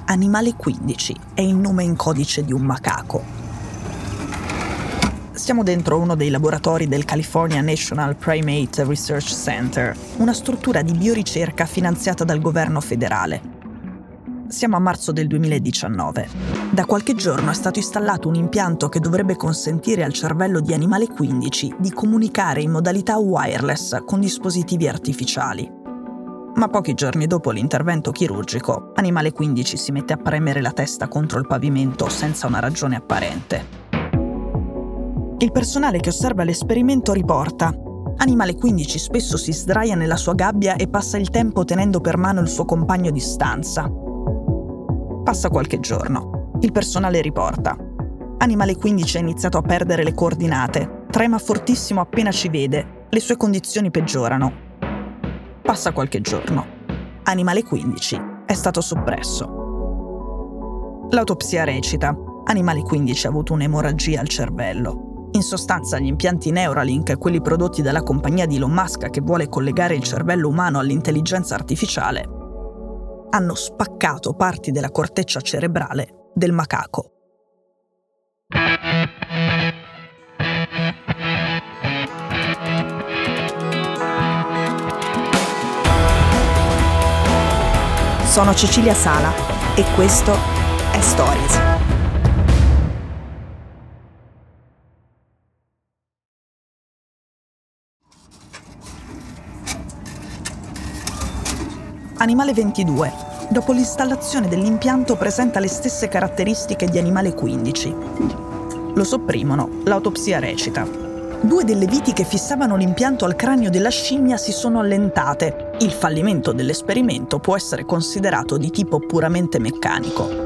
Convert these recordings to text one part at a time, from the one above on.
Animale 15 è il nome in codice di un macaco. Siamo dentro uno dei laboratori del California National Primate Research Center, una struttura di bioricerca finanziata dal governo federale. Siamo a marzo del 2019. Da qualche giorno è stato installato un impianto che dovrebbe consentire al cervello di Animale 15 di comunicare in modalità wireless con dispositivi artificiali. Ma pochi giorni dopo l'intervento chirurgico, Animale 15 si mette a premere la testa contro il pavimento senza una ragione apparente. Il personale che osserva l'esperimento riporta: Animale 15 spesso si sdraia nella sua gabbia e passa il tempo tenendo per mano il suo compagno di stanza. Passa qualche giorno. Il personale riporta: Animale 15 ha iniziato a perdere le coordinate, trema fortissimo appena ci vede, le sue condizioni peggiorano. Passa qualche giorno. Animale 15 è stato soppresso. L'autopsia recita: Animale 15 ha avuto un'emorragia al cervello. In sostanza, gli impianti Neuralink, quelli prodotti dalla compagnia di Elon Musk che vuole collegare il cervello umano all'intelligenza artificiale, hanno spaccato parti della corteccia cerebrale del macaco. Sono Cecilia Sala e questo è Stories. Animale 22, dopo l'installazione dell'impianto, presenta le stesse caratteristiche di Animale 15. Lo sopprimono, l'autopsia recita: 2 delle viti che fissavano l'impianto al cranio della scimmia si sono allentate. Il fallimento dell'esperimento può essere considerato di tipo puramente meccanico.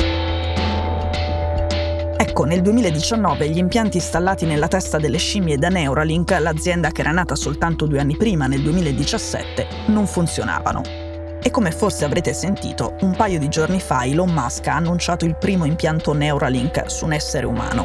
Ecco, nel 2019 gli impianti installati nella testa delle scimmie da Neuralink, l'azienda che era nata soltanto 2 anni prima, nel 2017, non funzionavano. E come forse avrete sentito, un paio di giorni fa Elon Musk ha annunciato il primo impianto Neuralink su un essere umano.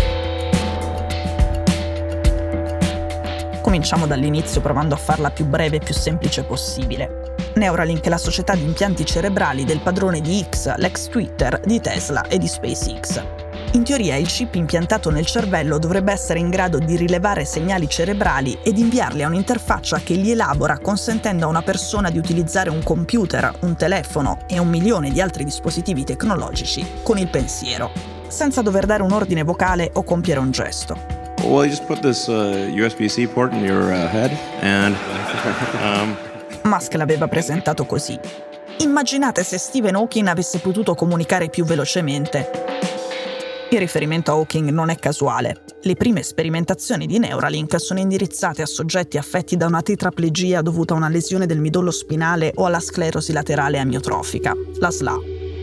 Cominciamo dall'inizio provando a farla più breve e più semplice possibile. Neuralink è la società di impianti cerebrali del padrone di X, l'ex Twitter, di Tesla e di SpaceX. In teoria il chip impiantato nel cervello dovrebbe essere in grado di rilevare segnali cerebrali ed inviarli a un'interfaccia che li elabora, consentendo a una persona di utilizzare un computer, un telefono e 1 milione di altri dispositivi tecnologici con il pensiero, senza dover dare un ordine vocale o compiere un gesto. Well, you just put this USB-C port in your head and Musk l'aveva presentato così: immaginate se Stephen Hawking avesse potuto comunicare più velocemente. Il riferimento a Hawking non è casuale. Le prime sperimentazioni di Neuralink sono indirizzate a soggetti affetti da una tetraplegia dovuta a una lesione del midollo spinale o alla sclerosi laterale amiotrofica, la SLA.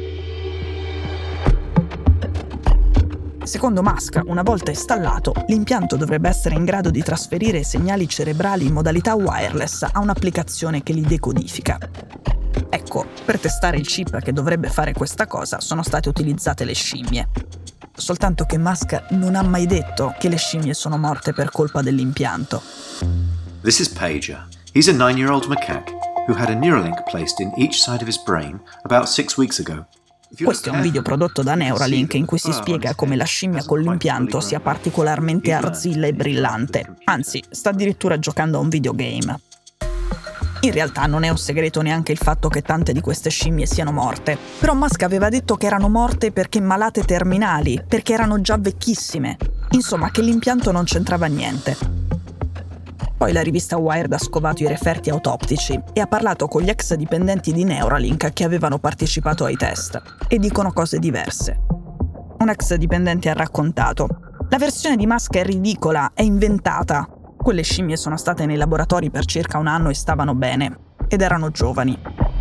Secondo Musk, una volta installato, l'impianto dovrebbe essere in grado di trasferire segnali cerebrali in modalità wireless a un'applicazione che li decodifica. Ecco, per testare il chip che dovrebbe fare questa cosa sono state utilizzate le scimmie. Soltanto che Musk non ha mai detto che le scimmie sono morte per colpa dell'impianto. This is Pager. He's a 9-year-old macaque who had a Neuralink placed in each side of his brain about 6 weeks ago. Questo è un video prodotto da Neuralink in cui si spiega come la scimmia con l'impianto sia particolarmente arzilla e brillante. Anzi, sta addirittura giocando a un videogame. In realtà non è un segreto neanche il fatto che tante di queste scimmie siano morte. Però Musk aveva detto che erano morte perché malate terminali, perché erano già vecchissime. Insomma, che l'impianto non c'entrava niente. Poi la rivista Wired ha scovato i referti autoptici e ha parlato con gli ex dipendenti di Neuralink che avevano partecipato ai test, e dicono cose diverse. Un ex dipendente ha raccontato: la versione di Musk è ridicola, è inventata. Quelle scimmie sono state nei laboratori per circa 1 anno e stavano bene, ed erano giovani.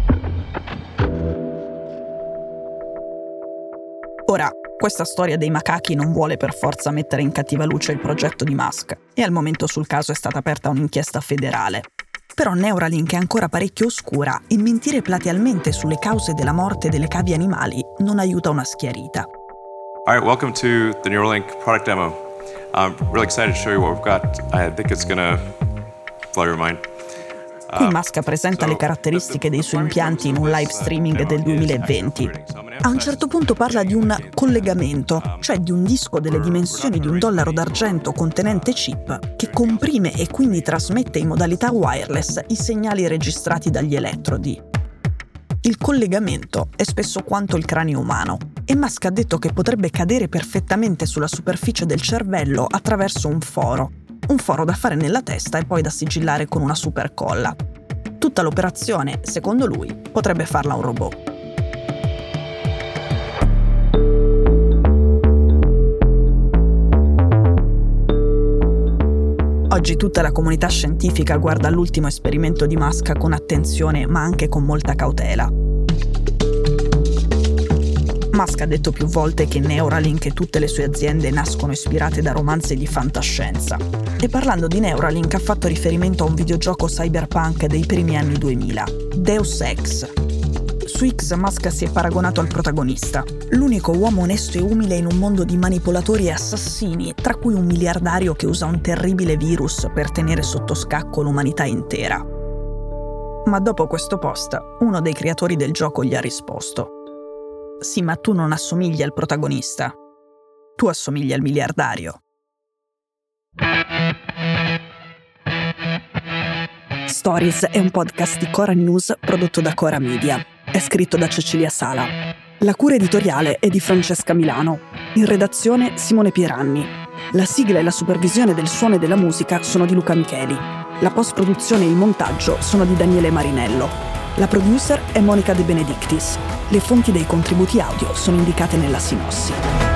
Ora, questa storia dei macachi non vuole per forza mettere in cattiva luce il progetto di Musk, e al momento sul caso è stata aperta un'inchiesta federale. Però Neuralink è ancora parecchio oscura e mentire platealmente sulle cause della morte delle cavie animali non aiuta una schiarita. All right, welcome to the Neuralink product demo. I'm really excited to show you what we've got. I think it's gonna blow your mind. Qui Musk presenta le caratteristiche dei suoi impianti in un live streaming del 2020. A un certo punto parla di un collegamento, cioè di un disco delle dimensioni di $1 d'argento contenente chip che comprime e quindi trasmette in modalità wireless i segnali registrati dagli elettrodi. Il collegamento è spesso quanto il cranio umano e Musk ha detto che potrebbe cadere perfettamente sulla superficie del cervello attraverso un foro da fare nella testa e poi da sigillare con una supercolla. Tutta l'operazione, secondo lui, potrebbe farla un robot. Oggi tutta la comunità scientifica guarda l'ultimo esperimento di Musk con attenzione ma anche con molta cautela. Musk ha detto più volte che Neuralink e tutte le sue aziende nascono ispirate da romanzi di fantascienza. E parlando di Neuralink ha fatto riferimento a un videogioco cyberpunk dei primi anni 2000, Deus Ex. Su X Musk si è paragonato al protagonista, l'unico uomo onesto e umile in un mondo di manipolatori e assassini, tra cui un miliardario che usa un terribile virus per tenere sotto scacco l'umanità intera. Ma dopo questo post, uno dei creatori del gioco gli ha risposto: «Sì, ma tu non assomigli al protagonista. Tu assomigli al miliardario». Stories è un podcast di Cora News prodotto da Cora Media. È scritto da Cecilia Sala. La cura editoriale è di Francesca Milano. In redazione Simone Pieranni. La sigla e la supervisione del suono e della musica sono di Luca Micheli. La post-produzione e il montaggio sono di Daniele Marinello. La producer è Monica De Benedictis. Le fonti dei contributi audio sono indicate nella sinossi.